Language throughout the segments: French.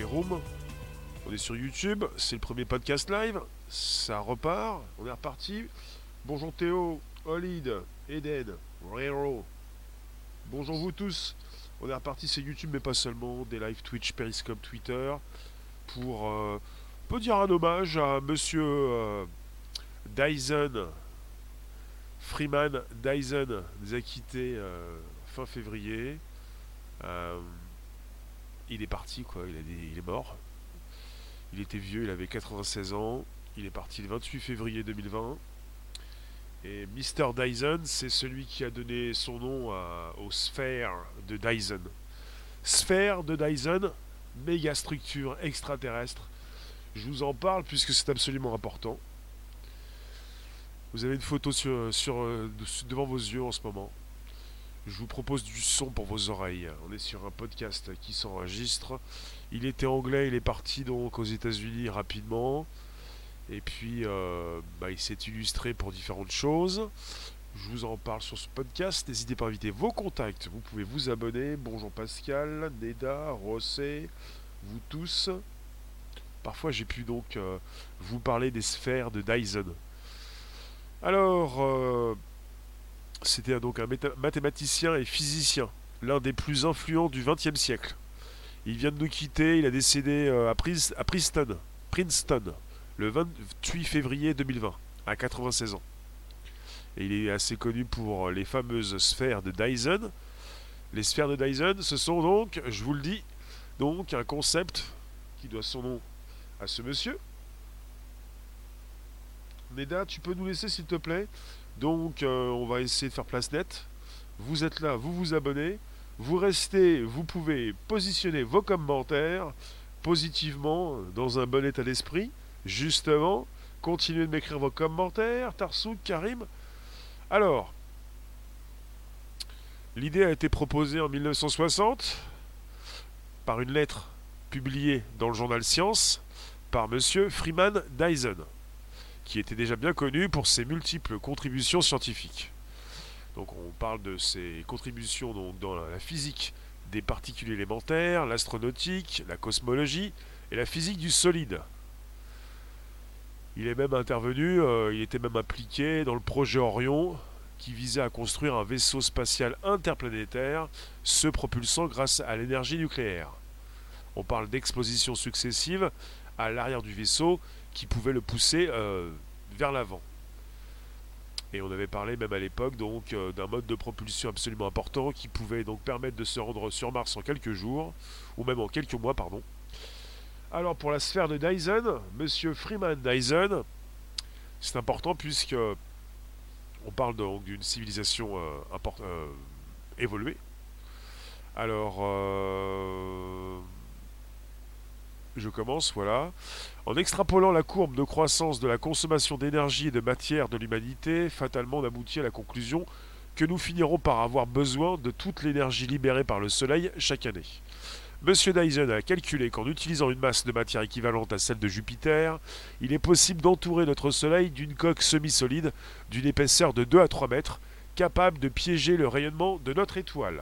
rooms. On est sur YouTube, c'est le premier podcast live. Ça repart, on est reparti. Bonjour Théo, Olid, Eden, Rero. Bonjour vous tous. On est reparti, c'est YouTube, mais pas seulement. Des live Twitch, Periscope, Twitter. Pour, on peut dire un hommage à monsieur Dyson, Freeman Dyson, nous a quitté fin février. Euh, il est parti, quoi. Il est mort. Il était vieux, il avait 96 ans. Il est parti le 28 février 2020. Et Mr. Dyson, c'est celui qui a donné son nom aux sphères de Dyson. Sphère de Dyson, méga structure extraterrestre. Je vous en parle puisque c'est absolument important. Vous avez une photo devant vos yeux en ce moment. Je vous propose du son pour vos oreilles. On est sur un podcast qui s'enregistre. Il était anglais, il est parti donc aux États-Unis rapidement. Et puis, il s'est illustré pour différentes choses. Je vous en parle sur ce podcast. N'hésitez pas à inviter vos contacts. Vous pouvez vous abonner. Bonjour Pascal, Neda, Rossé, vous tous. Parfois, j'ai pu donc vous parler des sphères de Dyson. Alors, c'était donc un mathématicien et physicien, l'un des plus influents du XXe siècle. Il vient de nous quitter, il a décédé à Princeton, le 28 février 2020, à 96 ans. Et il est assez connu pour les fameuses sphères de Dyson. Les sphères de Dyson, ce sont donc, je vous le dis, donc un concept qui doit son nom à ce monsieur. Neda, tu peux nous laisser s'il te plaît. Donc on va essayer de faire place nette. Vous êtes là, vous vous abonnez. Vous restez, vous pouvez positionner vos commentaires positivement dans un bon état d'esprit. Justement, continuez de m'écrire vos commentaires. Tarsouk, Karim. Alors, l'idée a été proposée en 1960 par une lettre publiée dans le journal Science par monsieur Freeman Dyson, qui était déjà bien connu pour ses multiples contributions scientifiques. Donc on parle de ses contributions donc, dans la physique des particules élémentaires, l'astronautique, la cosmologie et la physique du solide. Il est même intervenu, il était même impliqué dans le projet Orion, qui visait à construire un vaisseau spatial interplanétaire se propulsant grâce à l'énergie nucléaire. On parle d'expositions successives à l'arrière du vaisseau qui pouvaient le pousser vers l'avant. Et on avait parlé même à l'époque donc d'un mode de propulsion absolument important qui pouvait donc permettre de se rendre sur Mars en quelques jours, ou même en quelques mois, pardon. Alors pour la sphère de Dyson, monsieur Freeman Dyson, c'est important puisque on parle donc d'une civilisation évoluée. Alors, je commence, voilà. En extrapolant la courbe de croissance de la consommation d'énergie et de matière de l'humanité, fatalement on aboutit à la conclusion que nous finirons par avoir besoin de toute l'énergie libérée par le Soleil chaque année. Monsieur Dyson a calculé qu'en utilisant une masse de matière équivalente à celle de Jupiter, il est possible d'entourer notre Soleil d'une coque semi-solide d'une épaisseur de 2 à 3 mètres, capable de piéger le rayonnement de notre étoile.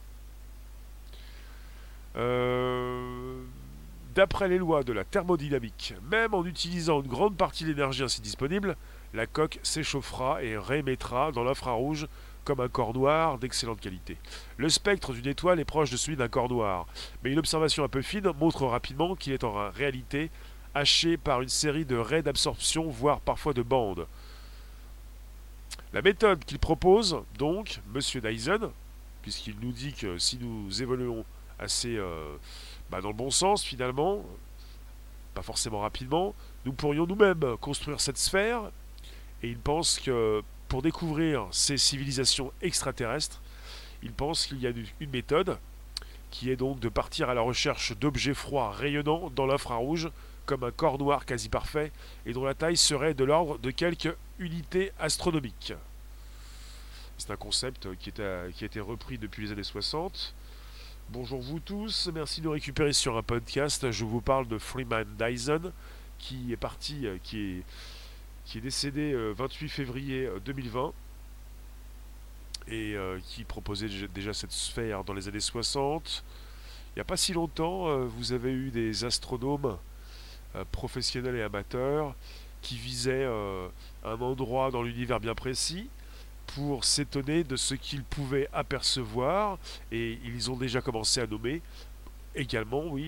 D'après les lois de la thermodynamique, même en utilisant une grande partie de l'énergie ainsi disponible, la coque s'échauffera et réémettra dans l'infrarouge comme un corps noir d'excellente qualité. Le spectre d'une étoile est proche de celui d'un corps noir, mais une observation un peu fine montre rapidement qu'il est en réalité haché par une série de raies d'absorption, voire parfois de bandes. La méthode qu'il propose, donc, M. Dyson, puisqu'il nous dit que si nous évoluons assez dans le bon sens finalement, pas forcément rapidement, nous pourrions nous-mêmes construire cette sphère, et il pense que pour découvrir ces civilisations extraterrestres, il pense qu'il y a une méthode qui est donc de partir à la recherche d'objets froids rayonnants dans l'infrarouge comme un corps noir quasi parfait et dont la taille serait de l'ordre de quelques unités astronomiques. C'est un concept qui a été repris depuis les années 60. Bonjour vous tous, merci de nous récupérer sur un podcast. Je vous parle de Freeman Dyson qui est parti, qui est décédé 28 février 2020 et qui proposait déjà cette sphère dans les années 60. Il n'y a pas si longtemps, vous avez eu des astronomes professionnels et amateurs qui visaient un endroit dans l'univers bien précis pour s'étonner de ce qu'ils pouvaient apercevoir, et ils ont déjà commencé à nommer également, oui,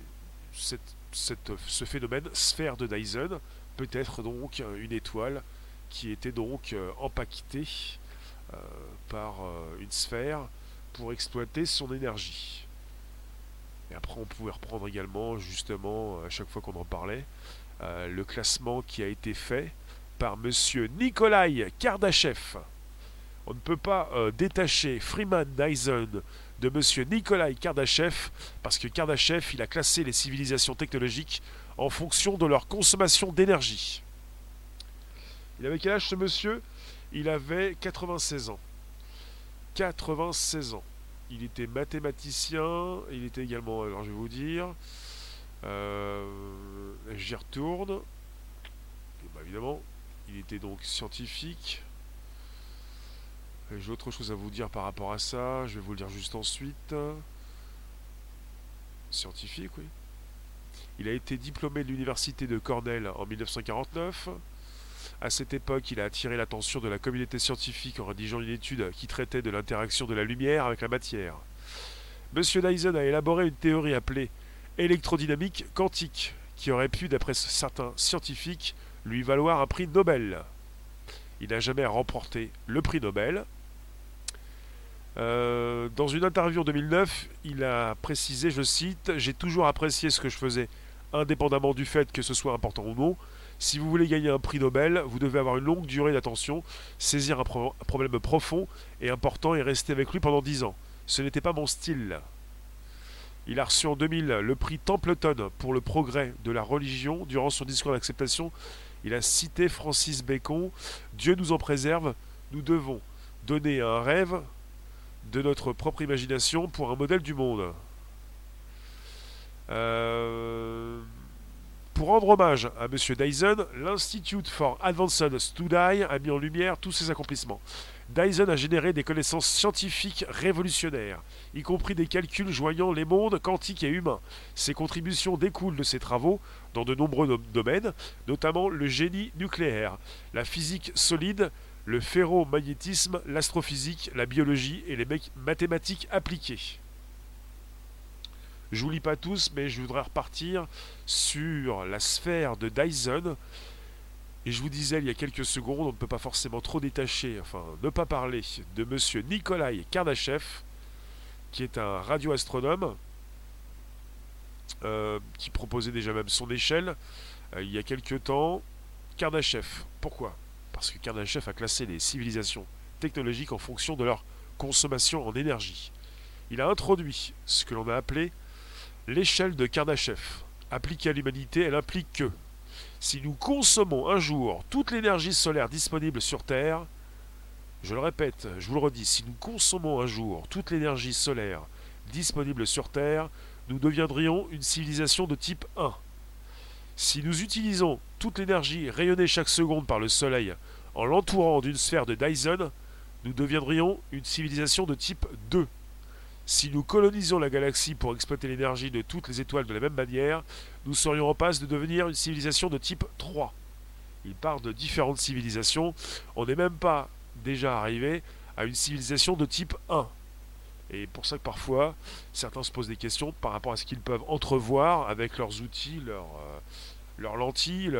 ce phénomène sphère de Dyson, peut-être donc une étoile qui était donc empaquetée euh, par une sphère pour exploiter son énergie. Et après, on pouvait reprendre également, justement, à chaque fois qu'on en parlait, le classement qui a été fait par monsieur Nikolai Kardashev. On ne peut pas détacher Freeman Dyson de monsieur Nikolai Kardashev, parce que Kardashev, il a classé les civilisations technologiques en fonction de leur consommation d'énergie. Il avait quel âge ce monsieur? Il avait 96 ans. 96 ans. Il était mathématicien, il était également, alors je vais vous dire, j'y retourne. Et bah évidemment, il était donc scientifique. J'ai autre chose à vous dire par rapport à ça, je vais vous le dire juste ensuite. Scientifique, oui. Il a été diplômé de l'université de Cornell en 1949. À cette époque, il a attiré l'attention de la communauté scientifique en rédigeant une étude qui traitait de l'interaction de la lumière avec la matière. Monsieur Dyson a élaboré une théorie appelée électrodynamique quantique, qui aurait pu, d'après certains scientifiques, lui valoir un prix Nobel. Il n'a jamais remporté le prix Nobel. Dans une interview en 2009, il a précisé, je cite, « J'ai toujours apprécié ce que je faisais, indépendamment du fait que ce soit important ou non. Si vous voulez gagner un prix Nobel, vous devez avoir une longue durée d'attention, saisir un problème profond et important et rester avec lui pendant 10 ans. Ce n'était pas mon style. » Il a reçu en 2000 le prix Templeton pour le progrès de la religion. Durant son discours d'acceptation, il a cité Francis Bacon, « Dieu nous en préserve, nous devons donner un rêve de notre propre imagination pour un modèle du monde. » Pour rendre hommage à M. Dyson, l'Institute for Advanced Study a mis en lumière tous ses accomplissements. Dyson a généré des connaissances scientifiques révolutionnaires, y compris des calculs joignant les mondes quantiques et humains. Ses contributions découlent de ses travaux dans de nombreux domaines, notamment le génie nucléaire, la physique solide, le ferromagnétisme, l'astrophysique, la biologie et les mathématiques appliquées. Je vous lis pas tous, mais je voudrais repartir sur la sphère de Dyson. Et je vous disais il y a quelques secondes, on ne peut pas forcément trop détacher, enfin ne pas parler de monsieur Nikolai Kardashev, qui est un radioastronome, qui proposait déjà même son échelle il y a quelques temps. Kardashev, pourquoi? Parce que Kardashev a classé les civilisations technologiques en fonction de leur consommation en énergie. Il a introduit ce que l'on a appelé l'échelle de Kardashev. Appliquée à l'humanité, elle implique que si nous consommons un jour toute l'énergie solaire disponible sur Terre, je le répète, je vous le redis, si nous consommons un jour toute l'énergie solaire disponible sur Terre, nous deviendrions une civilisation de type 1. Si nous utilisons toute l'énergie rayonnée chaque seconde par le Soleil en l'entourant d'une sphère de Dyson, nous deviendrions une civilisation de type 2. Si nous colonisons la galaxie pour exploiter l'énergie de toutes les étoiles de la même manière, nous serions en passe de devenir une civilisation de type 3. Il parle de différentes civilisations. On n'est même pas déjà arrivé à une civilisation de type 1. Et pour ça que parfois, certains se posent des questions par rapport à ce qu'ils peuvent entrevoir avec leurs outils, leurs lentilles,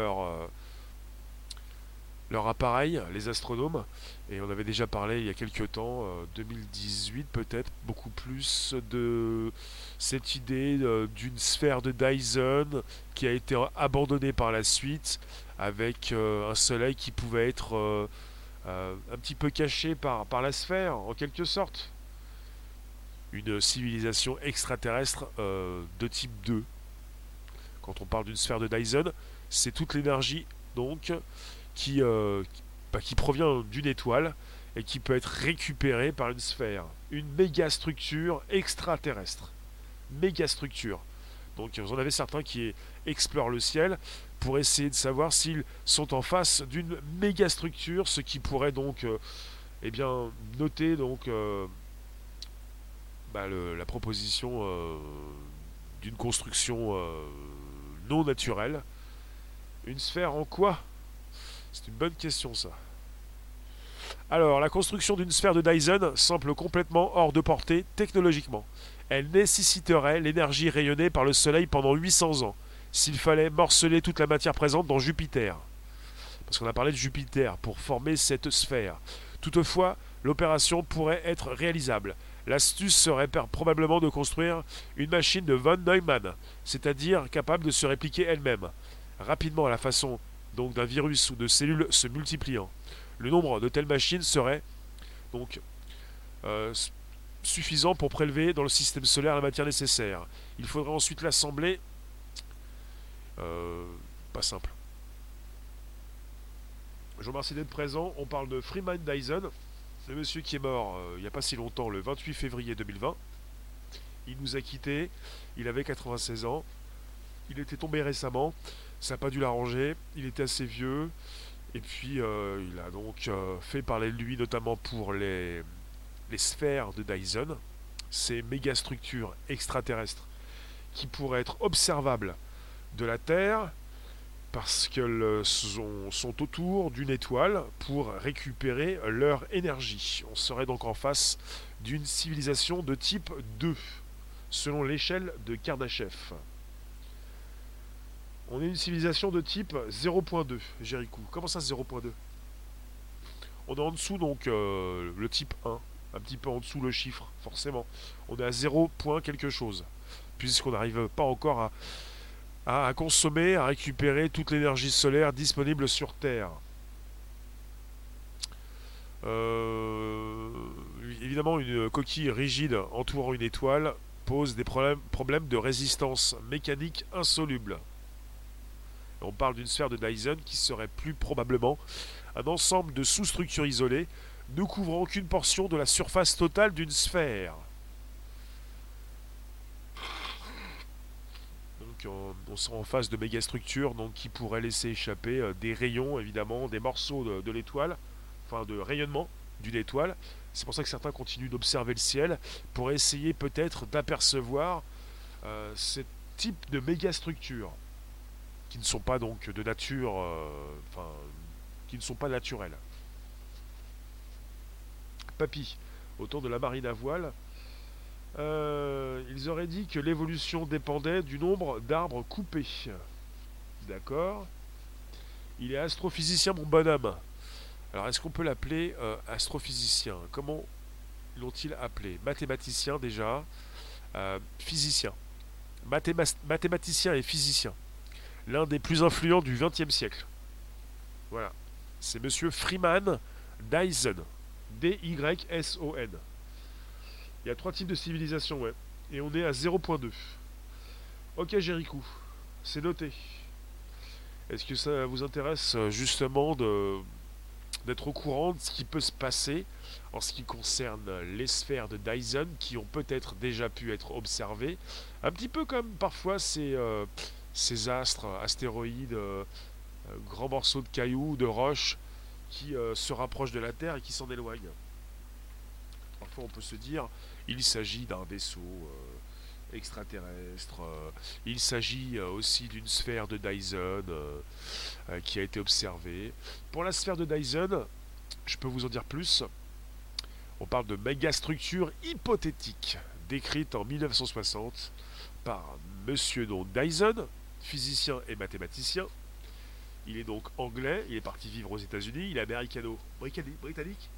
leur appareil, les astronomes. Et on avait déjà parlé il y a quelques temps, 2018 peut-être, beaucoup plus de cette idée d'une sphère de Dyson qui a été abandonnée par la suite, avec un soleil qui pouvait être un petit peu caché par la sphère, en quelque sorte. Une civilisation extraterrestre de type 2. Quand on parle d'une sphère de Dyson, c'est toute l'énergie donc qui provient d'une étoile et qui peut être récupérée par une sphère. Une méga structure extraterrestre. Méga structure. Donc vous en avez certains qui explorent le ciel pour essayer de savoir s'ils sont en face d'une méga structure, ce qui pourrait donc noter donc la proposition d'une construction non naturelle. Une sphère en quoi? C'est une bonne question ça. Alors, la construction d'une sphère de Dyson semble complètement hors de portée technologiquement. Elle nécessiterait l'énergie rayonnée par le Soleil pendant 800 ans, s'il fallait morceler toute la matière présente dans Jupiter. Parce qu'on a parlé de Jupiter pour former cette sphère. Toutefois, l'opération pourrait être réalisable. L'astuce serait probablement de construire une machine de von Neumann, c'est-à-dire capable de se répliquer elle-même, rapidement à la façon donc d'un virus ou de cellules se multipliant. Le nombre de telles machines serait donc euh, suffisant pour prélever dans le système solaire la matière nécessaire. Il faudrait ensuite l'assembler. Euh, Pas simple. Je vous remercie d'être présent. On parle de Freeman Dyson, le monsieur qui est mort il n'y a pas si longtemps, le 28 février 2020. Il nous a quittés. Il avait 96 ans. Il était tombé récemment. Ça n'a pas dû l'arranger. Il était assez vieux. Et puis, il a donc fait parler de lui, notamment pour les sphères de Dyson, ces mégastructures extraterrestres qui pourraient être observables de la Terre parce qu'elles sont autour d'une étoile pour récupérer leur énergie. On serait donc en face d'une civilisation de type 2, selon l'échelle de Kardashev. On est une civilisation de type 0.2, Jéricho. Comment ça 0.2? On est en dessous donc le type 1, un petit peu en dessous le chiffre, forcément. On est à 0 point quelque chose, puisqu'on n'arrive pas encore à consommer, à récupérer toute l'énergie solaire disponible sur Terre. Euh, Évidemment, une coquille rigide entourant une étoile pose des problèmes de résistance mécanique insolubles. On parle d'une sphère de Dyson qui serait plus probablement un ensemble de sous-structures isolées ne couvrant qu'une portion de la surface totale d'une sphère. Donc on sera en face de mégastructures donc, qui pourraient laisser échapper des rayons, évidemment, des morceaux de l'étoile, enfin de rayonnement d'une étoile. C'est pour ça que certains continuent d'observer le ciel pour essayer peut-être d'apercevoir ce type de mégastructures qui ne sont pas donc de nature, enfin, qui ne sont pas naturelles. Papy, autour de la marine à voile, ils auraient dit que l'évolution dépendait du nombre d'arbres coupés. D'accord. Il est astrophysicien, mon bonhomme. Alors, est-ce qu'on peut l'appeler astrophysicien? Comment l'ont-ils appelé? Mathématicien déjà, physicien. Mathématicien et physicien. L'un des plus influents du XXe siècle. Voilà. C'est monsieur Freeman Dyson. D-Y-S-O-N. Il y a trois types de civilisation, ouais. Et on est à 0.2. Ok, Jéricho. C'est noté. Est-ce que ça vous intéresse justement d'être au courant de ce qui peut se passer en ce qui concerne les sphères de Dyson qui ont peut-être déjà pu être observées? Un petit peu comme parfois ces astres, astéroïdes, grands morceaux de cailloux, de roches qui se rapprochent de la Terre et qui s'en éloignent. Parfois on peut se dire il s'agit d'un vaisseau extraterrestre, il s'agit aussi d'une sphère de Dyson qui a été observée. Pour la sphère de Dyson, je peux vous en dire plus. On parle de mégastructure hypothétique décrite en 1960 par Monsieur Dyson, physicien et mathématicien. Il est donc anglais, il est parti vivre aux États-Unis, il est américano-britannique.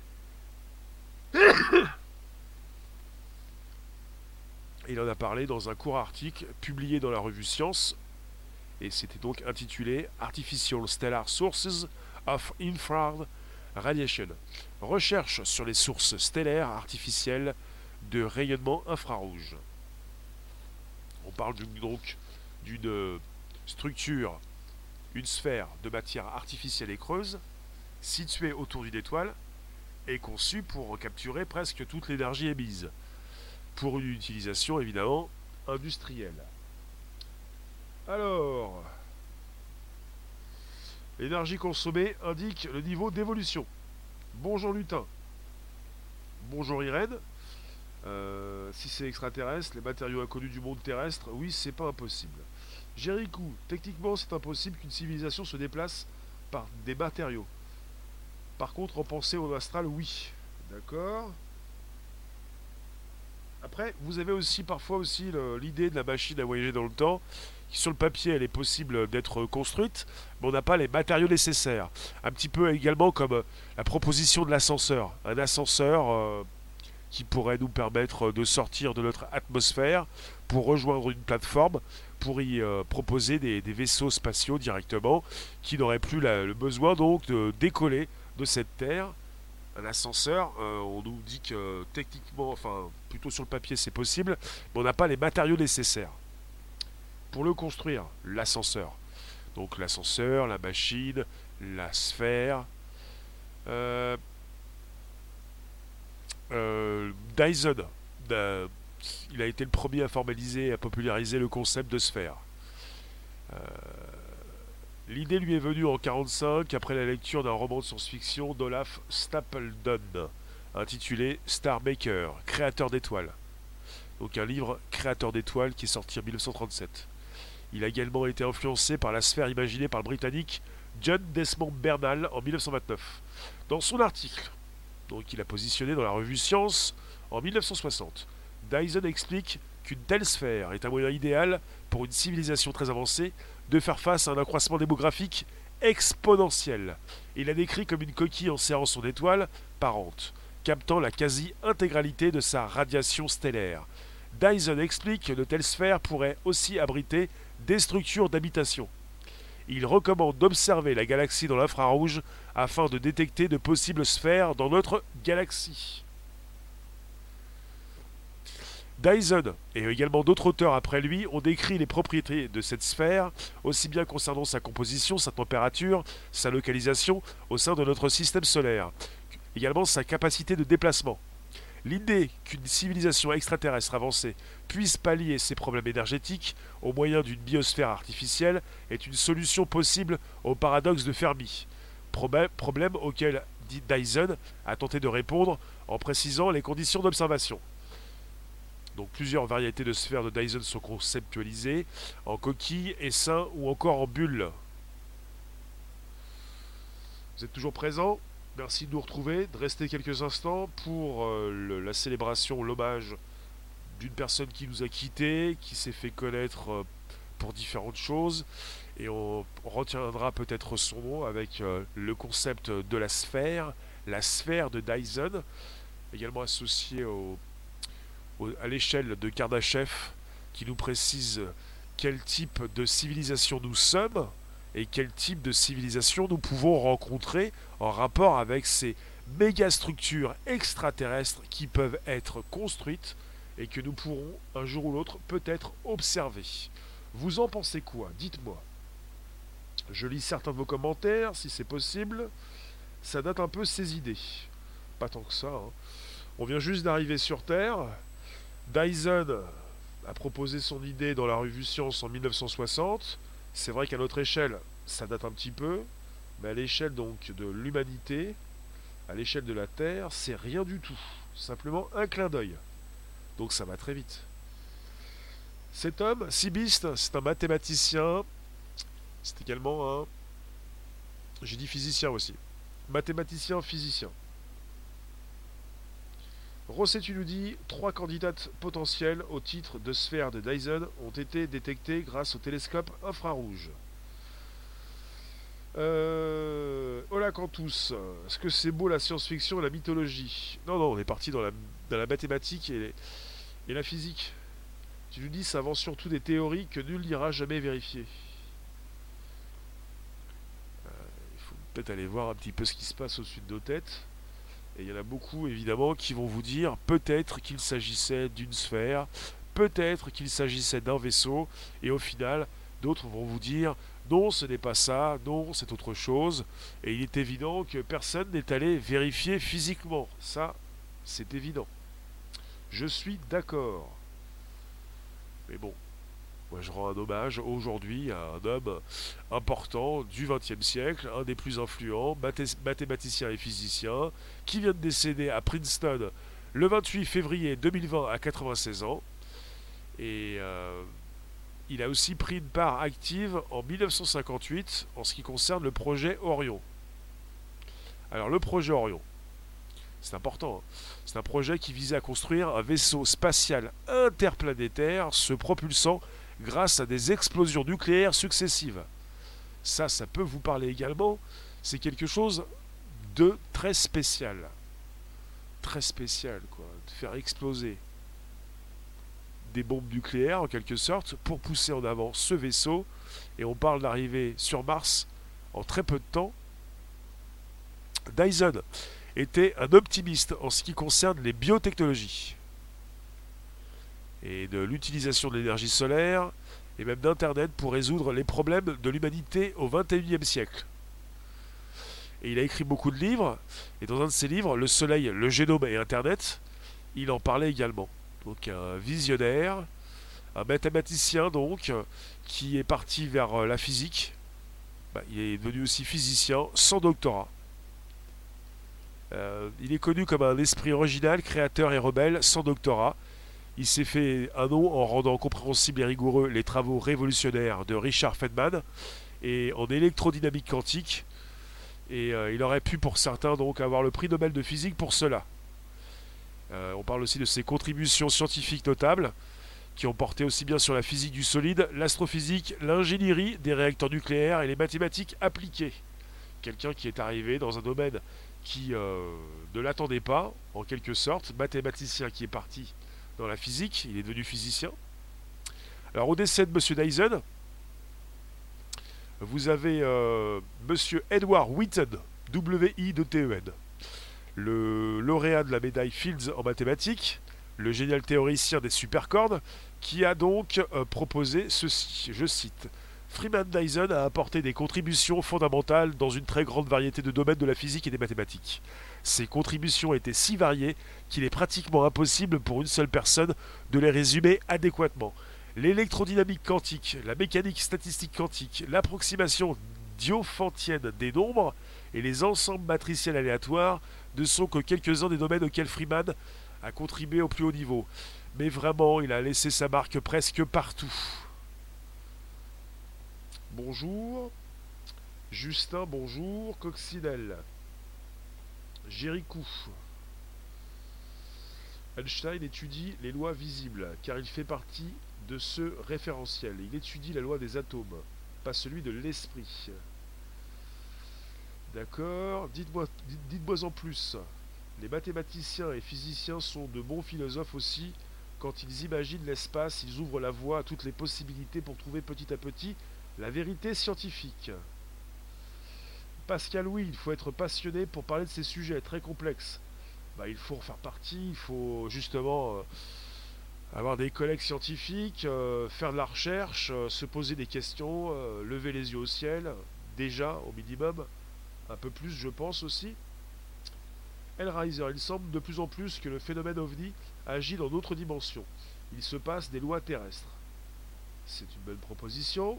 Il en a parlé dans un court article publié dans la revue Science, et c'était donc intitulé Artificial Stellar Sources of Infrared Radiation. Recherche sur les sources stellaires artificielles de rayonnement infrarouge. On parle donc d'une structure, une sphère de matière artificielle et creuse, située autour d'une étoile, et conçue pour capturer presque toute l'énergie émise, pour une utilisation évidemment industrielle. Alors, l'énergie consommée indique le niveau d'évolution. Bonjour Lutin. Bonjour Irène. Si c'est extraterrestre, les matériaux inconnus du monde terrestre, oui, c'est pas impossible. Jéricho, techniquement, c'est impossible qu'une civilisation se déplace par des matériaux. Par contre, en pensée au astral, oui. D'accord. Après, vous avez aussi parfois aussi l'idée de la machine à voyager dans le temps, qui sur le papier, elle est possible d'être construite, mais on n'a pas les matériaux nécessaires. Un petit peu également comme la proposition de l'ascenseur. Un ascenseur qui pourrait nous permettre de sortir de notre atmosphère pour rejoindre une plateforme, pour y proposer des vaisseaux spatiaux directement, qui n'auraient plus le besoin donc de décoller de cette Terre. Un ascenseur, on nous dit que techniquement, enfin plutôt sur le papier c'est possible, mais on n'a pas les matériaux nécessaires pour le construire, l'ascenseur. Donc l'ascenseur, la machine, la sphère. Euh, Dyson, euh, il a été le premier à formaliser et à populariser le concept de sphère. Euh, L'idée lui est venue en 1945 après la lecture d'un roman de science-fiction d'Olaf Stapledon intitulé Star Maker, créateur d'étoiles. Donc un livre créateur d'étoiles qui est sorti en 1937. Il a également été influencé par la sphère imaginée par le Britannique John Desmond Bernal en 1929. Dans son article, donc il a positionné dans la revue Science en 1960, Dyson explique qu'une telle sphère est un moyen idéal pour une civilisation très avancée de faire face à un accroissement démographique exponentiel. Il la décrit comme une coquille enserrant son étoile parente, captant la quasi-intégralité de sa radiation stellaire. Dyson explique que de telles sphères pourraient aussi abriter des structures d'habitation. Il recommande d'observer la galaxie dans l'infrarouge afin de détecter de possibles sphères dans notre galaxie. Dyson et également d'autres auteurs après lui ont décrit les propriétés de cette sphère, aussi bien concernant sa composition, sa température, sa localisation au sein de notre système solaire, également sa capacité de déplacement. L'idée qu'une civilisation extraterrestre avancée puisse pallier ses problèmes énergétiques au moyen d'une biosphère artificielle est une solution possible au paradoxe de Fermi, problème auquel Dyson a tenté de répondre en précisant les conditions d'observation. Donc plusieurs variétés de sphères de Dyson sont conceptualisées en coquille, essaim ou encore en bulle. Vous êtes toujours présents? Merci de nous retrouver, de rester quelques instants pour la célébration, l'hommage d'une personne qui nous a quittés, qui s'est fait connaître pour différentes choses. Et on retiendra peut-être son nom avec le concept de la sphère de Dyson, également associée à l'échelle de Kardashev, qui nous précise quel type de civilisation nous sommes et quel type de civilisation nous pouvons rencontrer en rapport avec ces mégastructures extraterrestres qui peuvent être construites et que nous pourrons un jour ou l'autre peut-être observer. Vous en pensez quoi? Dites-moi. Je lis certains de vos commentaires, si c'est possible. Ça date un peu ces idées. Pas tant que ça. Hein. On vient juste d'arriver sur Terre. Dyson a proposé son idée dans la revue Science en 1960. C'est vrai qu'à notre échelle, ça date un petit peu, mais à l'échelle donc de l'humanité, à l'échelle de la Terre, c'est rien du tout. Simplement un clin d'œil. Donc ça va très vite. Cet homme, Sibiste, c'est un mathématicien, c'est également un... J'ai dit physicien aussi. Mathématicien, physicien. Rossetti nous dit 3 candidates potentielles au titre de sphère de Dyson ont été détectées grâce au télescope infrarouge. Hola Cantus, est-ce que c'est beau la science-fiction et la mythologie? Non, non, on est parti dans la mathématique et la physique. Tu nous dis ça avance surtout des théories que nul n'ira jamais vérifier. Il faut peut-être aller voir un petit peu ce qui se passe au-dessus de nos têtes. Et il y en a beaucoup, évidemment, qui vont vous dire peut-être qu'il s'agissait d'une sphère, peut-être qu'il s'agissait d'un vaisseau, et au final, d'autres vont vous dire non, ce n'est pas ça, non, c'est autre chose. Et il est évident que personne n'est allé vérifier physiquement. Ça, c'est évident. Je suis d'accord. Mais bon, moi je rends un hommage aujourd'hui à un homme important du XXe siècle, un des plus influents, mathématicien et physicien, qui vient de décéder à Princeton Le 28 février 2020 à 96 ans. Et il a aussi pris une part active en 1958 en ce qui concerne le projet Orion. Alors le projet Orion, c'est important, hein. C'est un projet qui visait à construire un vaisseau spatial interplanétaire se propulsant grâce à des explosions nucléaires successives. Ça peut vous parler également. C'est quelque chose de très spécial. Très spécial, quoi. De faire exploser des bombes nucléaires, en quelque sorte, pour pousser en avant ce vaisseau. Et on parle d'arriver sur Mars en très peu de temps. Dyson était un optimiste en ce qui concerne les biotechnologies et de l'utilisation de l'énergie solaire et même d'Internet pour résoudre les problèmes de l'humanité au XXIe siècle. Et il a écrit beaucoup de livres, et dans un de ses livres, Le Soleil, le génome et Internet, il en parlait également. Donc un visionnaire, un mathématicien donc, qui est parti vers la physique. Il est devenu aussi physicien sans doctorat. Il est connu comme un esprit original, créateur et rebelle sans doctorat. Il s'est fait un nom en rendant compréhensibles et rigoureux les travaux révolutionnaires de Richard Feynman et en électrodynamique quantique. Et il aurait pu pour certains donc avoir le prix Nobel de physique pour cela. On parle aussi de ses contributions scientifiques notables qui ont porté aussi bien sur la physique du solide, l'astrophysique, l'ingénierie des réacteurs nucléaires et les mathématiques appliquées. Quelqu'un qui est arrivé dans un domaine qui ne l'attendait pas, en quelque sorte, mathématicien qui est parti dans la physique, il est devenu physicien. Alors au décès de M. Dyson, vous avez M. Edward Witten, W-I-T-E-N, le lauréat de la médaille Fields en mathématiques, le génial théoricien des supercordes, qui a donc proposé ceci, je cite: Freeman Dyson a apporté des contributions fondamentales dans une très grande variété de domaines de la physique et des mathématiques. Ces contributions étaient si variées qu'il est pratiquement impossible pour une seule personne de les résumer adéquatement. L'électrodynamique quantique, la mécanique statistique quantique, l'approximation diophantienne des nombres et les ensembles matriciels aléatoires ne sont que quelques-uns des domaines auxquels Freeman a contribué au plus haut niveau. Mais vraiment, il a laissé sa marque presque partout. Bonjour. Justin, bonjour. Coccinelle. Jérichou. Einstein étudie les lois visibles, car il fait partie de ce référentiel. Il étudie la loi des atomes, pas celui de l'esprit. D'accord. Dites-moi en plus. Les mathématiciens et physiciens sont de bons philosophes aussi. Quand ils imaginent l'espace, ils ouvrent la voie à toutes les possibilités pour trouver petit à petit la vérité scientifique. Pascal, oui, il faut être passionné pour parler de ces sujets très complexes. Il faut en faire partie, il faut justement avoir des collègues scientifiques, faire de la recherche, se poser des questions, lever les yeux au ciel, déjà au minimum, un peu plus je pense aussi. Hellraiser, il semble de plus en plus que le phénomène OVNI agit dans d'autres dimensions. Il se passe des lois terrestres. C'est une bonne proposition.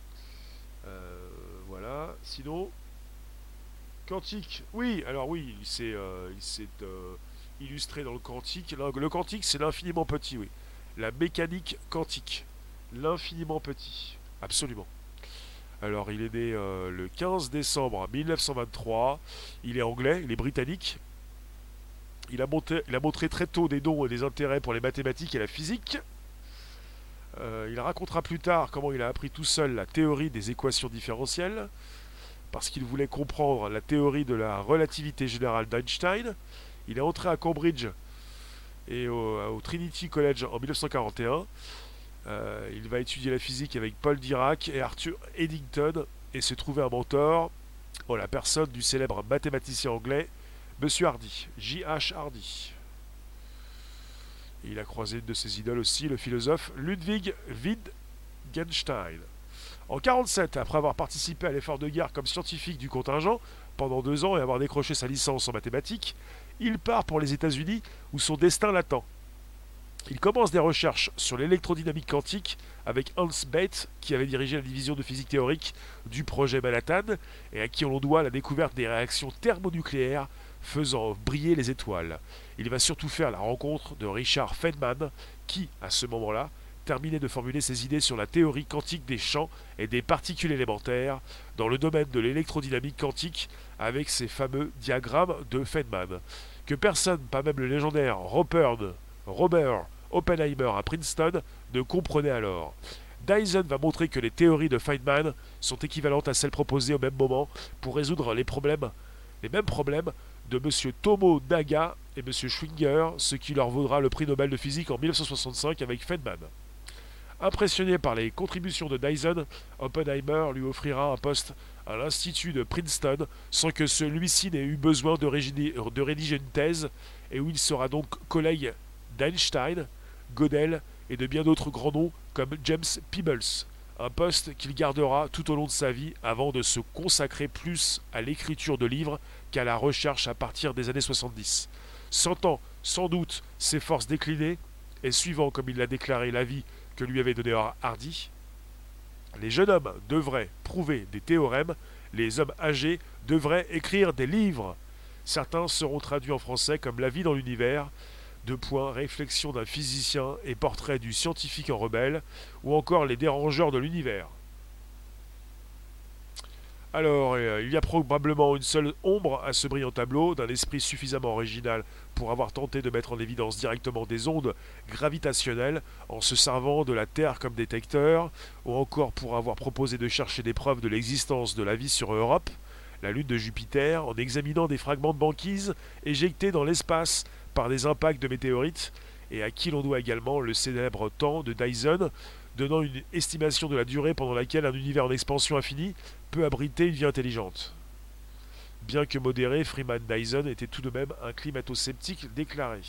Voilà. Sinon, quantique. Oui, alors oui, il s'est illustré dans le quantique. Le quantique, c'est l'infiniment petit, oui. La mécanique quantique. L'infiniment petit. Absolument. Alors, il est né le 15 décembre 1923. Il est anglais, il est britannique. Il a montré très tôt des dons et des intérêts pour les mathématiques et la physique. Il racontera plus tard comment il a appris tout seul la théorie des équations différentielles, parce qu'il voulait comprendre la théorie de la relativité générale d'Einstein. Il est entré à Cambridge et au Trinity College en 1941. Il va étudier la physique avec Paul Dirac et Arthur Eddington et se trouver un mentor en la personne du célèbre mathématicien anglais Monsieur Hardy, J.H. Hardy. Et il a croisé une de ses idoles aussi, le philosophe Ludwig Wittgenstein. En 1947, après avoir participé à l'effort de guerre comme scientifique du contingent pendant 2 ans et avoir décroché sa licence en mathématiques, il part pour les États-Unis où son destin l'attend. Il commence des recherches sur l'électrodynamique quantique avec Hans Bethe, qui avait dirigé la division de physique théorique du projet Manhattan et à qui on doit la découverte des réactions thermonucléaires faisant briller les étoiles. Il va surtout faire la rencontre de Richard Feynman, qui, à ce moment-là, terminait de formuler ses idées sur la théorie quantique des champs et des particules élémentaires dans le domaine de l'électrodynamique quantique avec ses fameux diagrammes de Feynman, que personne, pas même le légendaire Robert Oppenheimer à Princeton, ne comprenait alors. Dyson va montrer que les théories de Feynman sont équivalentes à celles proposées au même moment pour résoudre les mêmes problèmes de M. Tomo Naga et M. Schwinger, ce qui leur vaudra le prix Nobel de physique en 1965 avec Feynman. Impressionné par les contributions de Dyson, Oppenheimer lui offrira un poste à l'Institut de Princeton sans que celui-ci n'ait eu besoin de rédiger une thèse et où il sera donc collègue d'Einstein, Gödel et de bien d'autres grands noms comme James Peebles, un poste qu'il gardera tout au long de sa vie avant de se consacrer plus à l'écriture de livres qu'à la recherche à partir des années 70. Sentant sans doute ses forces décliner et suivant, comme il l'a déclaré, l'avis que lui avait donné Hardy, les jeunes hommes devraient prouver des théorèmes, les hommes âgés devraient écrire des livres. Certains seront traduits en français comme La vie dans l'univers, réflexion d'un physicien et portrait du scientifique en rebelle, ou encore Les dérangeurs de l'univers. Alors, il y a probablement une seule ombre à ce brillant tableau, d'un esprit suffisamment original pour avoir tenté de mettre en évidence directement des ondes gravitationnelles en se servant de la Terre comme détecteur, ou encore pour avoir proposé de chercher des preuves de l'existence de la vie sur Europe, la lune de Jupiter, en examinant des fragments de banquise éjectés dans l'espace par des impacts de météorites, et à qui l'on doit également le célèbre temps de Dyson, donnant une estimation de la durée pendant laquelle un univers en expansion infinie peut abriter une vie intelligente. Bien que modéré, Freeman Dyson était tout de même un climato-sceptique déclaré.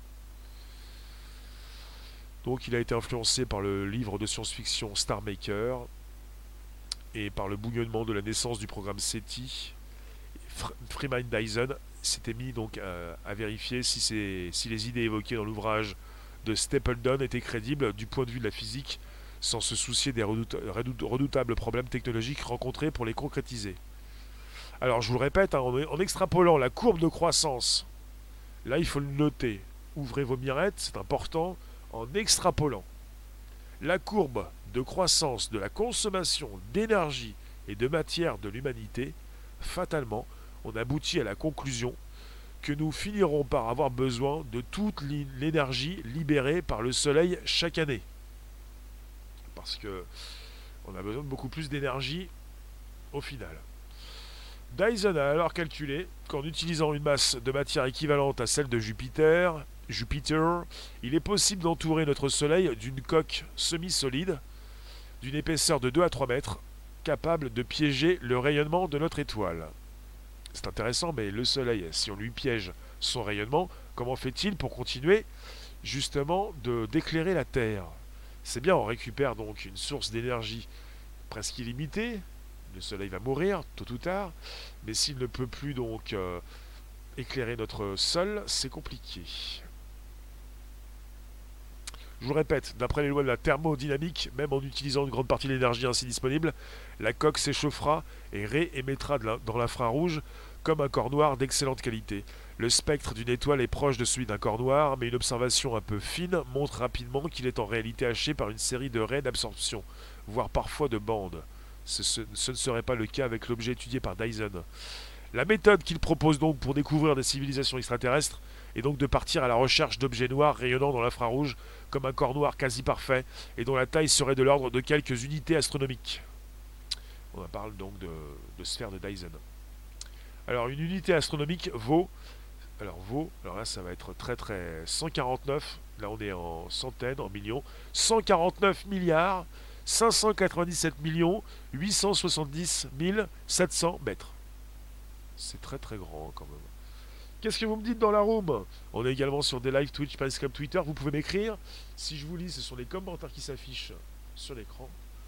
Donc il a été influencé par le livre de science-fiction Star Maker et par le bouillonnement de la naissance du programme SETI. Freeman Dyson s'était mis donc à vérifier si les idées évoquées dans l'ouvrage de Stapledon étaient crédibles du point de vue de la physique, sans se soucier des redoutables problèmes technologiques rencontrés pour les concrétiser. Alors je vous le répète, en extrapolant la courbe de croissance, là il faut le noter, ouvrez vos mirettes, c'est important, en extrapolant la courbe de croissance de la consommation d'énergie et de matière de l'humanité, fatalement, on aboutit à la conclusion que nous finirons par avoir besoin de toute l'énergie libérée par le Soleil chaque année. Parce que on a besoin de beaucoup plus d'énergie au final. Dyson a alors calculé qu'en utilisant une masse de matière équivalente à celle de Jupiter, il est possible d'entourer notre Soleil d'une coque semi-solide d'une épaisseur de 2 à 3 mètres, capable de piéger le rayonnement de notre étoile. C'est intéressant, mais le Soleil, si on lui piège son rayonnement, comment fait-il pour continuer justement d'éclairer la Terre? C'est bien, on récupère donc une source d'énergie presque illimitée. Le Soleil va mourir tôt ou tard, mais s'il ne peut plus donc éclairer notre sol, c'est compliqué. Je vous le répète, d'après les lois de la thermodynamique, même en utilisant une grande partie de l'énergie ainsi disponible, la coque s'échauffera et réémettra dans l'infrarouge comme un corps noir d'excellente qualité. Le spectre d'une étoile est proche de celui d'un corps noir, mais une observation un peu fine montre rapidement qu'il est en réalité haché par une série de raies d'absorption, voire parfois de bandes. Ce ne serait pas le cas avec l'objet étudié par Dyson. La méthode qu'il propose donc pour découvrir des civilisations extraterrestres est donc de partir à la recherche d'objets noirs rayonnant dans l'infrarouge comme un corps noir quasi parfait et dont la taille serait de l'ordre de quelques unités astronomiques. On parle donc de sphère de Dyson. Alors une unité astronomique vaut, alors là ça va être très 149, là on est en centaines, en millions, 149 milliards 597 millions 870 700 mètres. C'est très grand quand même. Qu'est-ce que vous me dites dans la room? On est également sur des live Twitch, Periscope, Twitter. Vous pouvez m'écrire. Si je vous lis, ce sont les commentaires qui s'affichent sur l'écran.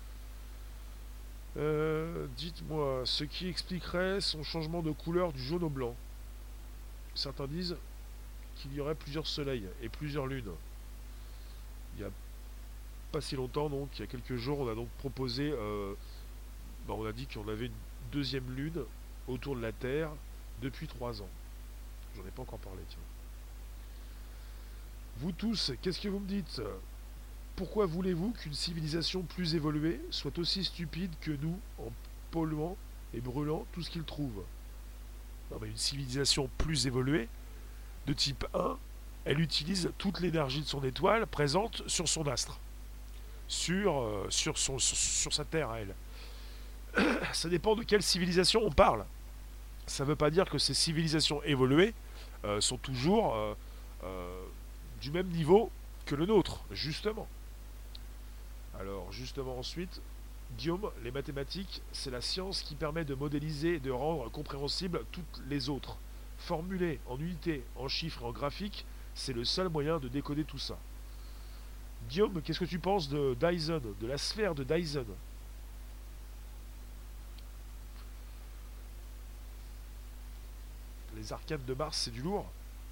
Dites-moi ce qui expliquerait son changement de couleur du jaune au blanc. Certains disent qu'il y aurait plusieurs soleils et plusieurs lunes. Il n'y a pas si longtemps, donc, il y a quelques jours, on a donc proposé, on a dit qu'on avait une deuxième lune autour de la Terre depuis 3 ans. J'en ai pas encore parlé, tiens. Vous tous, qu'est-ce que vous me dites? Pourquoi voulez-vous qu'une civilisation plus évoluée soit aussi stupide que nous en polluant et brûlant tout ce qu'il trouve? Non mais une civilisation plus évoluée, de type 1, elle utilise toute l'énergie de son étoile présente sur son astre, sur sa Terre à elle. Ça dépend de quelle civilisation on parle. Ça ne veut pas dire que ces civilisations évoluées sont toujours euh, du même niveau que le nôtre, justement. Alors, justement ensuite, Guillaume, les mathématiques, c'est la science qui permet de modéliser et de rendre compréhensibles toutes les autres. Formulées en unités, en chiffres et en graphiques, c'est le seul moyen de décoder tout ça. Guillaume, qu'est-ce que tu penses de Dyson, de la sphère de Dyson? Les arcanes de Mars, c'est du lourd.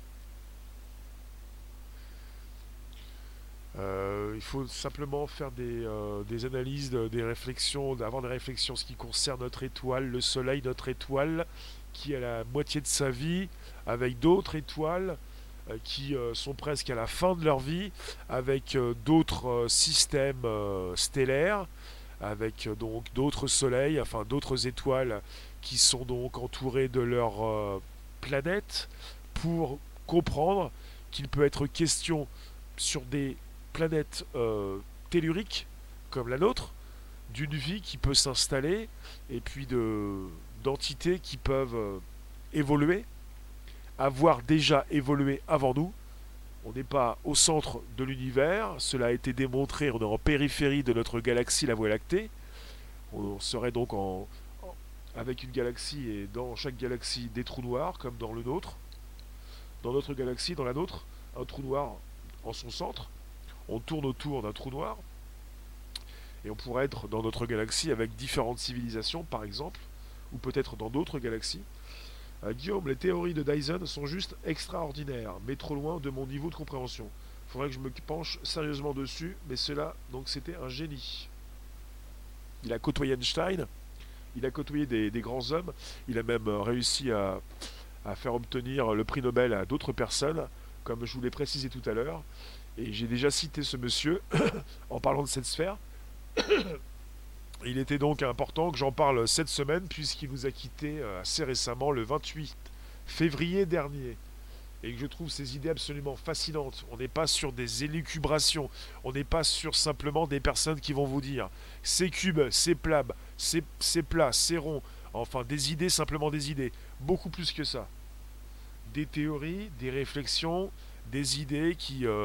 Il faut simplement faire des analyses, des réflexions, avoir des réflexions en ce qui concerne notre étoile, le Soleil, notre étoile, qui a la moitié de sa vie, avec d'autres étoiles qui sont presque à la fin de leur vie, avec d'autres systèmes stellaires, avec donc d'autres soleils, enfin d'autres étoiles qui sont donc entourées de leurs planètes, pour comprendre qu'il peut être question sur des planètes telluriques comme la nôtre, d'une vie qui peut s'installer et puis d'entités qui peuvent évoluer, avoir déjà évolué avant nous. On n'est pas au centre de l'univers, cela a été démontré, on est en périphérie de notre galaxie, la Voie lactée. On serait donc avec une galaxie et dans chaque galaxie des trous noirs comme dans le nôtre. Dans notre galaxie, dans la nôtre, un trou noir en son centre. On tourne autour d'un trou noir et on pourrait être dans notre galaxie avec différentes civilisations par exemple, ou peut-être dans d'autres galaxies. Guillaume, les théories de Dyson sont juste extraordinaires, mais trop loin de mon niveau de compréhension. Faudrait que je me penche sérieusement dessus, mais cela, donc c'était un génie. Il a côtoyé Einstein, il a côtoyé des grands hommes, il a même réussi à faire obtenir le prix Nobel à d'autres personnes, comme je vous l'ai précisé tout à l'heure. Et j'ai déjà cité ce monsieur en parlant de cette sphère. Il était donc important que j'en parle cette semaine puisqu'il nous a quittés assez récemment le 28 février dernier. Et que je trouve ces idées absolument fascinantes. On n'est pas sur des élucubrations, on n'est pas sur simplement des personnes qui vont vous dire c'est cube, c'est plat, c'est plat, c'est rond. Enfin, des idées, simplement des idées. Beaucoup plus que ça. Des théories, des réflexions, des idées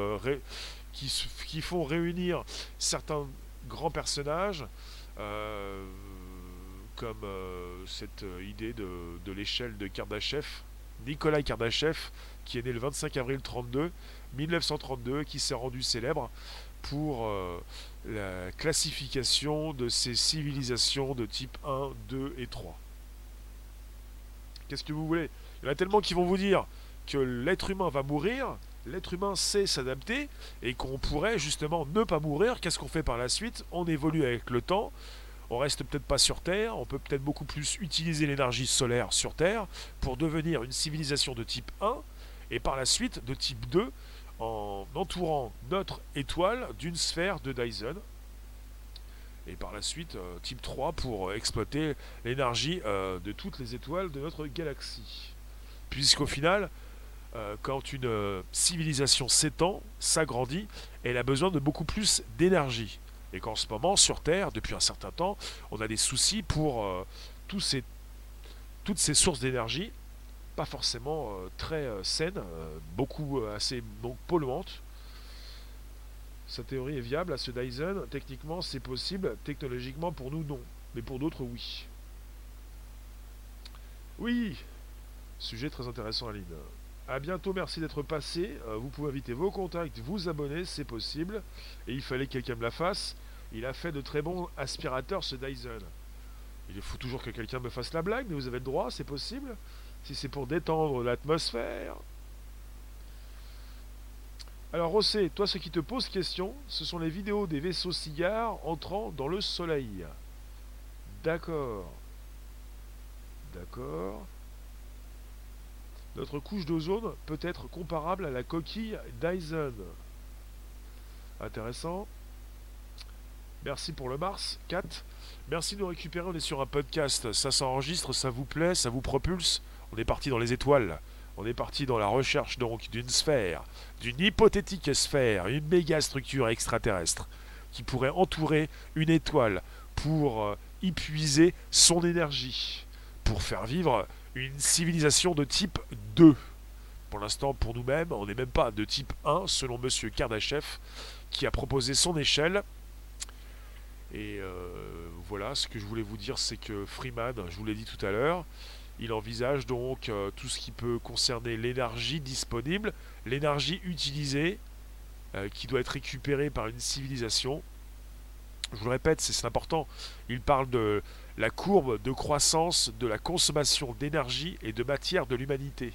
qui font réunir certains grands personnages, euh, comme cette idée de l'échelle de Kardashev, Nikolai Kardashev, qui est né le 25 avril 1932, qui s'est rendu célèbre pour la classification de ces civilisations de type 1, 2 et 3. Qu'est-ce que vous voulez? Il y en a tellement qui vont vous dire que l'être humain va mourir, l'être humain sait s'adapter, et qu'on pourrait justement ne pas mourir. Qu'est-ce qu'on fait par la suite? On évolue avec le temps, on reste peut-être pas sur Terre, on peut peut-être beaucoup plus utiliser l'énergie solaire sur Terre pour devenir une civilisation de type 1, et par la suite de type 2, en entourant notre étoile d'une sphère de Dyson, et par la suite type 3 pour exploiter l'énergie de toutes les étoiles de notre galaxie. Puisqu'au final, quand une civilisation s'étend, s'agrandit, elle a besoin de beaucoup plus d'énergie. Et qu'en ce moment, sur Terre, depuis un certain temps, on a des soucis pour tous ces, toutes ces sources d'énergie, pas forcément très saines, beaucoup assez donc, polluantes. Sa théorie est viable à ce Dyson. Techniquement, c'est possible. Technologiquement, pour nous, non. Mais pour d'autres, oui. Oui, sujet très intéressant, Aline. A bientôt, merci d'être passé. Vous pouvez inviter vos contacts, vous abonner, c'est possible. Et il fallait que quelqu'un me la fasse. Il a fait de très bons aspirateurs, ce Dyson. Il faut toujours que quelqu'un me fasse la blague, mais vous avez le droit, c'est possible. Si c'est pour détendre l'atmosphère. Alors Rossé, toi ce qui te pose question, ce sont les vidéos des vaisseaux cigares entrant dans le soleil. D'accord. D'accord. Notre couche d'ozone peut être comparable à la coquille Dyson. Intéressant. Merci pour le Mars, 4. Merci de nous récupérer, on est sur un podcast, ça s'enregistre, ça vous plaît, ça vous propulse. On est parti dans les étoiles. On est parti dans la recherche donc d'une sphère, d'une hypothétique sphère, une méga structure extraterrestre qui pourrait entourer une étoile pour y puiser son énergie, pour faire vivre une civilisation de type 2. Pour l'instant, pour nous-mêmes, on n'est même pas de type 1 selon Monsieur Kardashev qui a proposé son échelle. Et voilà, ce que je voulais vous dire, c'est que Freeman, je vous l'ai dit tout à l'heure, il envisage donc tout ce qui peut concerner l'énergie disponible, l'énergie utilisée, qui doit être récupérée par une civilisation. Je vous le répète, c'est important. Il parle de la courbe de croissance de la consommation d'énergie et de matière de l'humanité.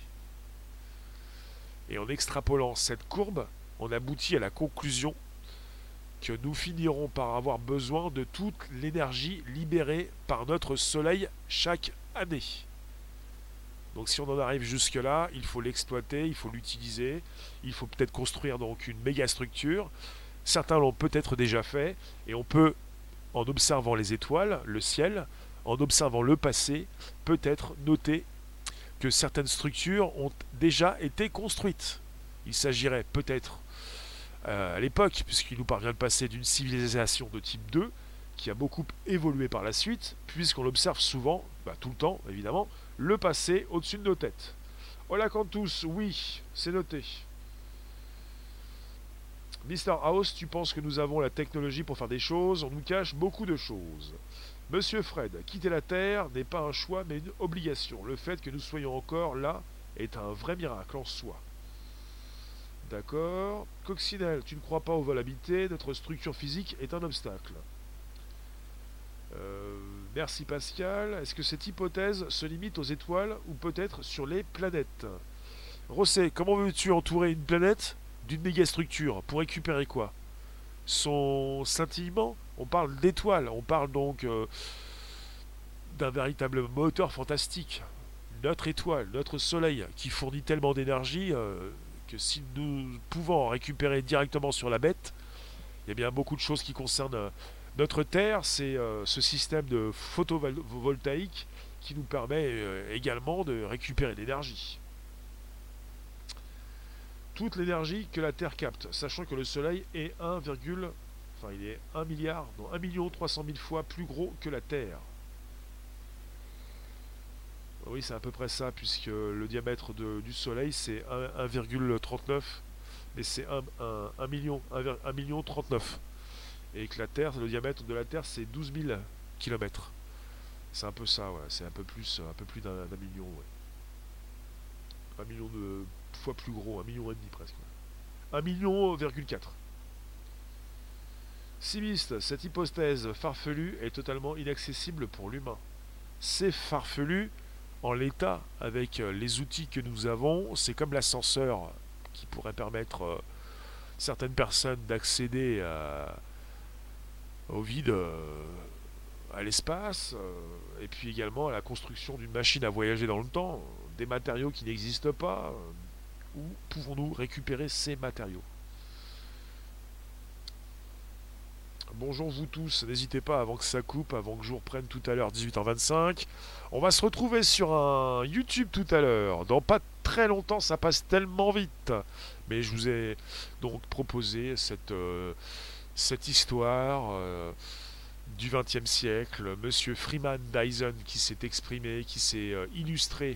Et en extrapolant cette courbe, on aboutit à la conclusion que nous finirons par avoir besoin de toute l'énergie libérée par notre Soleil chaque année. Donc si on en arrive jusque-là, il faut l'exploiter, il faut l'utiliser, il faut peut-être construire donc une méga structure. Certains l'ont peut-être déjà fait, et on peut, en observant les étoiles, le ciel, en observant le passé, peut-être noter que certaines structures ont déjà été construites. Il s'agirait peut-être à l'époque, puisqu'il nous parvient de passer d'une civilisation de type 2, qui a beaucoup évolué par la suite, puisqu'on observe souvent, tout le temps évidemment, le passé au-dessus de nos têtes. Hola Cantus, oui, c'est noté. Mr House, tu penses que nous avons la technologie pour faire des choses, on nous cache beaucoup de choses. Monsieur Fred, quitter la Terre n'est pas un choix mais une obligation. Le fait que nous soyons encore là est un vrai miracle en soi. D'accord. Coccinelle, tu ne crois pas au vol habité, notre structure physique est un obstacle. Merci Pascal. Est-ce que cette hypothèse se limite aux étoiles ou peut-être sur les planètes? Rosset, comment veux-tu entourer une planète d'une mégastructure? Pour récupérer quoi? Son scintillement? On parle d'étoiles, on parle donc d'un véritable moteur fantastique. Notre étoile, notre soleil, qui fournit tellement d'énergie que si nous pouvons en récupérer directement sur la bête, il y a bien beaucoup de choses qui concernent notre Terre. C'est ce système de photovoltaïque qui nous permet également de récupérer l'énergie. Toute l'énergie que la Terre capte, sachant que le Soleil est il est 1 milliard, non 1 300 000 fois plus gros que la Terre. Oui, c'est à peu près ça, puisque le diamètre du Soleil c'est 1,39, mais c'est 1 million, 1 million 39. Et que la Terre, le diamètre de la Terre c'est 12 000 km. C'est un peu ça, ouais. C'est un peu plus d'un million, ouais. 1 million de fois plus gros, 1,5 million presque. 1,4 million. Simiste, cette hypothèse farfelue est totalement inaccessible pour l'humain. C'est farfelu en l'état, avec les outils que nous avons, c'est comme l'ascenseur qui pourrait permettre certaines personnes d'accéder au vide, à l'espace, et puis également à la construction d'une machine à voyager dans le temps, des matériaux qui n'existent pas. Où pouvons-nous récupérer ces matériaux? Bonjour vous tous, n'hésitez pas avant que ça coupe, avant que je vous reprenne tout à l'heure 18h25. On va se retrouver sur un YouTube tout à l'heure. Dans pas très longtemps, ça passe tellement vite. Mais je vous ai donc proposé cette histoire du XXe siècle. Monsieur Freeman Dyson qui s'est exprimé, qui s'est illustré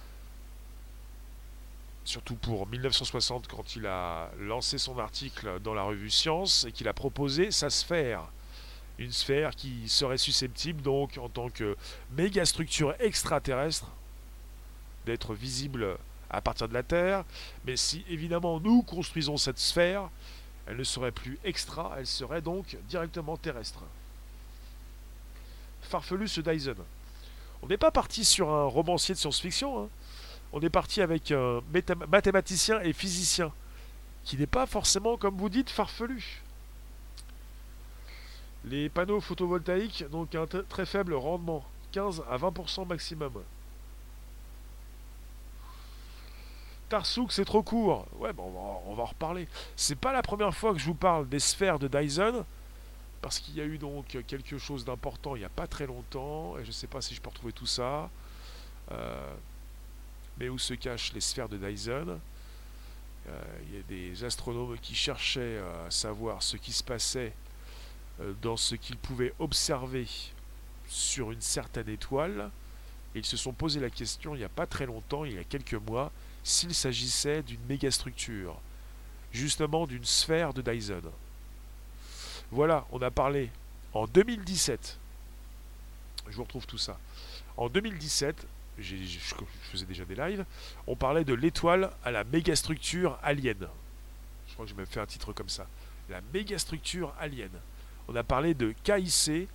surtout pour 1960 quand il a lancé son article dans la revue Science et qu'il a proposé sa sphère. Une sphère qui serait susceptible donc en tant que méga structure extraterrestre d'être visible à partir de la Terre, mais si évidemment nous construisons cette sphère, elle ne serait plus extra, elle serait donc directement terrestre. Farfelu ce Dyson. On n'est pas parti sur un romancier de science-fiction, hein. On est parti avec un mathématicien et physicien, qui n'est pas forcément, comme vous dites, farfelu. Les panneaux photovoltaïques, donc un très faible rendement, 15 à 20% maximum. Tarsouk, c'est trop court. Ouais, bon, on va en reparler. C'est pas la première fois que je vous parle des sphères de Dyson, parce qu'il y a eu donc quelque chose d'important il n'y a pas très longtemps, et je sais pas si je peux retrouver tout ça. Euh, mais où se cachent les sphères de Dyson? Il y a des astronomes qui cherchaient à savoir ce qui se passait dans ce qu'ils pouvaient observer sur une certaine étoile. Et ils se sont posé la question il n'y a pas très longtemps, il y a quelques mois, s'il s'agissait d'une mégastructure, justement d'une sphère de Dyson. Voilà, on a parlé en 2017, je vous retrouve tout ça. En 2017, je faisais déjà des lives, on parlait de l'étoile à la mégastructure alien. Je crois que j'ai même fait un titre comme ça. La mégastructure alien. On a parlé de KIC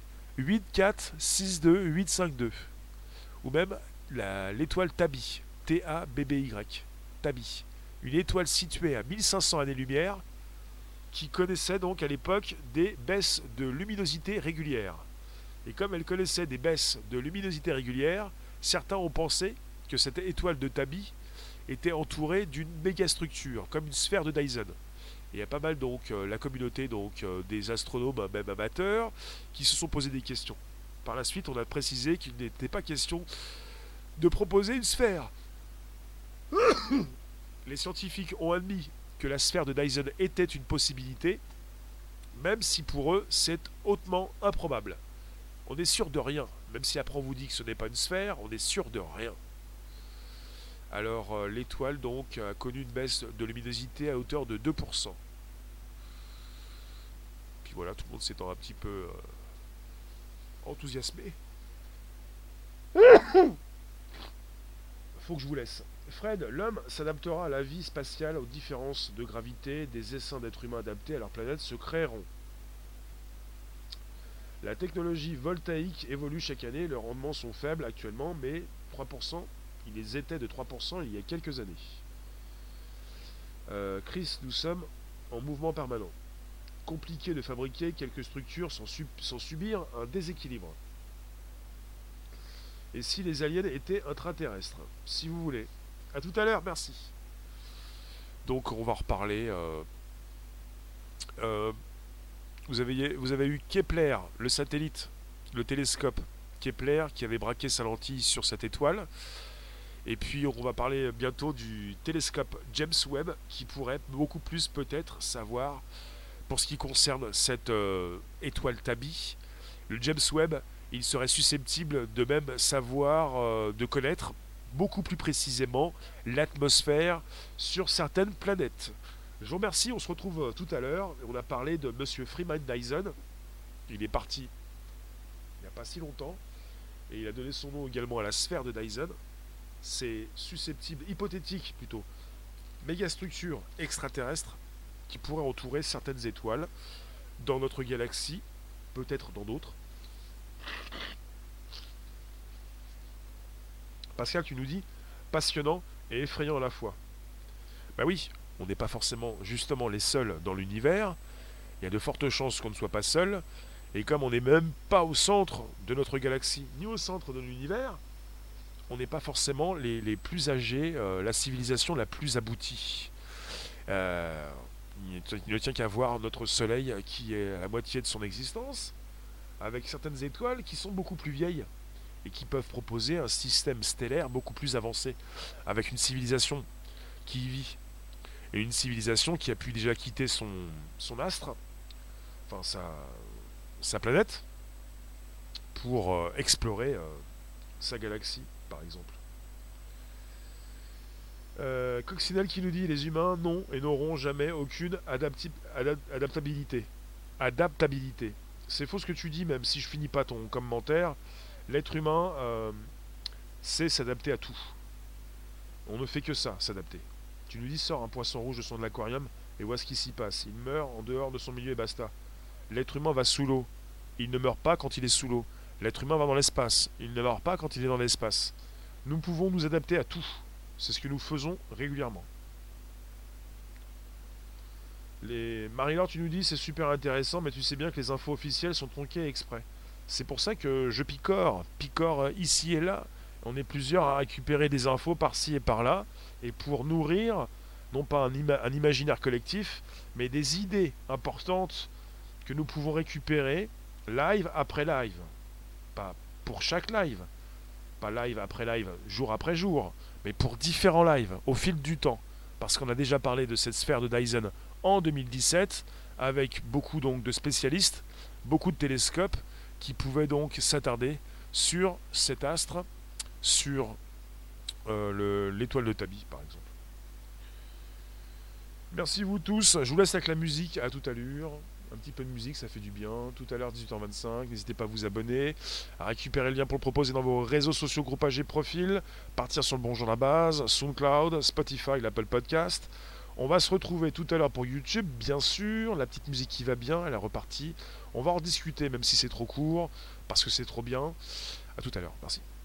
8462852. Ou même l'étoile Tabi, T-A-B-B-Y, Tabi. Une étoile située à 1500 années-lumière qui connaissait donc à l'époque des baisses de luminosité régulières. Et comme elle connaissait des baisses de luminosité régulières, certains ont pensé que cette étoile de Tabi était entourée d'une mégastructure, comme une sphère de Dyson. Et il y a pas mal donc la communauté donc des astronomes, même amateurs, qui se sont posé des questions. Par la suite, on a précisé qu'il n'était pas question de proposer une sphère. Les scientifiques ont admis que la sphère de Dyson était une possibilité, même si pour eux c'est hautement improbable. On est sûr de rien, même si après on vous dit que ce n'est pas une sphère, on est sûr de rien. Alors l'étoile donc a connu une baisse de luminosité à hauteur de 2%. Puis voilà, tout le monde s'étant un petit peu enthousiasmé. Faut que je vous laisse. Fred, l'homme s'adaptera à la vie spatiale aux différences de gravité, des essaims d'êtres humains adaptés à leur planète se créeront. La technologie voltaïque évolue chaque année, leurs rendements sont faibles actuellement, mais 3%, ils étaient de 3% il y a quelques années. Chris, nous sommes en mouvement permanent. Compliqué de fabriquer quelques structures sans subir un déséquilibre. Et si les aliens étaient intraterrestres, si vous voulez. A tout à l'heure, merci. Donc on va reparler. Vous avez eu Kepler, le satellite, le télescope Kepler qui avait braqué sa lentille sur cette étoile. Et puis on va parler bientôt du télescope James Webb qui pourrait beaucoup plus peut-être savoir pour ce qui concerne cette étoile Tabi. Le James Webb, il serait susceptible de même savoir, de connaître beaucoup plus précisément l'atmosphère sur certaines planètes. Je vous remercie, on se retrouve tout à l'heure. On a parlé de Monsieur Freeman Dyson. Il est parti il n'y a pas si longtemps. Et il a donné son nom également à la sphère de Dyson. C'est susceptible, hypothétique plutôt, mégastructure extraterrestre qui pourrait entourer certaines étoiles dans notre galaxie, peut-être dans d'autres. Pascal, tu nous dis passionnant et effrayant à la fois. Bah oui, on n'est pas forcément justement les seuls dans l'univers. Il y a de fortes chances qu'on ne soit pas seul. Et comme on n'est même pas au centre de notre galaxie, ni au centre de l'univers, on n'est pas forcément les plus âgés, la civilisation la plus aboutie. Il ne tient qu'à voir notre Soleil qui est à la moitié de son existence, avec certaines étoiles qui sont beaucoup plus vieilles et qui peuvent proposer un système stellaire beaucoup plus avancé, avec une civilisation qui y vit, et une civilisation qui a pu déjà quitter son astre, enfin sa planète, pour explorer sa galaxie, par exemple. Coccinelle qui nous dit les humains n'ont et n'auront jamais aucune adaptabilité. Adaptabilité. C'est faux ce que tu dis, même si je finis pas ton commentaire. L'être humain sait s'adapter à tout. On ne fait que ça, s'adapter. Tu nous dis sors un poisson rouge de son aquarium et vois ce qui s'y passe. Il meurt en dehors de son milieu et basta. L'être humain va sous l'eau. Il ne meurt pas quand il est sous l'eau. L'être humain va dans l'espace. Il ne meurt pas quand il est dans l'espace. Nous pouvons nous adapter à tout. C'est ce que nous faisons régulièrement. Marie-Laure, tu nous dis c'est super intéressant, mais tu sais bien que les infos officielles sont tronquées exprès. C'est pour ça que je picore ici et là, On est plusieurs à récupérer des infos par-ci et par-là, et pour nourrir, non pas un imaginaire collectif, mais des idées importantes que nous pouvons récupérer live après live. Pas pour chaque live, pas live après live, jour après jour, mais pour différents lives, au fil du temps. Parce qu'on a déjà parlé de cette sphère de Dyson en 2017, avec beaucoup donc de spécialistes, beaucoup de télescopes, qui pouvaient donc s'attarder sur cet astre, sur l'étoile de Tabi, par exemple. Merci vous tous. Je vous laisse avec la musique à toute allure. Un petit peu de musique, ça fait du bien. Tout à l'heure, 18h25. N'hésitez pas à vous abonner, à récupérer le lien pour le proposer dans vos réseaux sociaux, groupages et profils, partir sur le Bonjour la base, SoundCloud, Spotify, l'Apple Podcast. On va se retrouver tout à l'heure pour YouTube, bien sûr. La petite musique qui va bien, elle est repartie. On va en discuter, même si c'est trop court, parce que c'est trop bien. À tout à l'heure. Merci.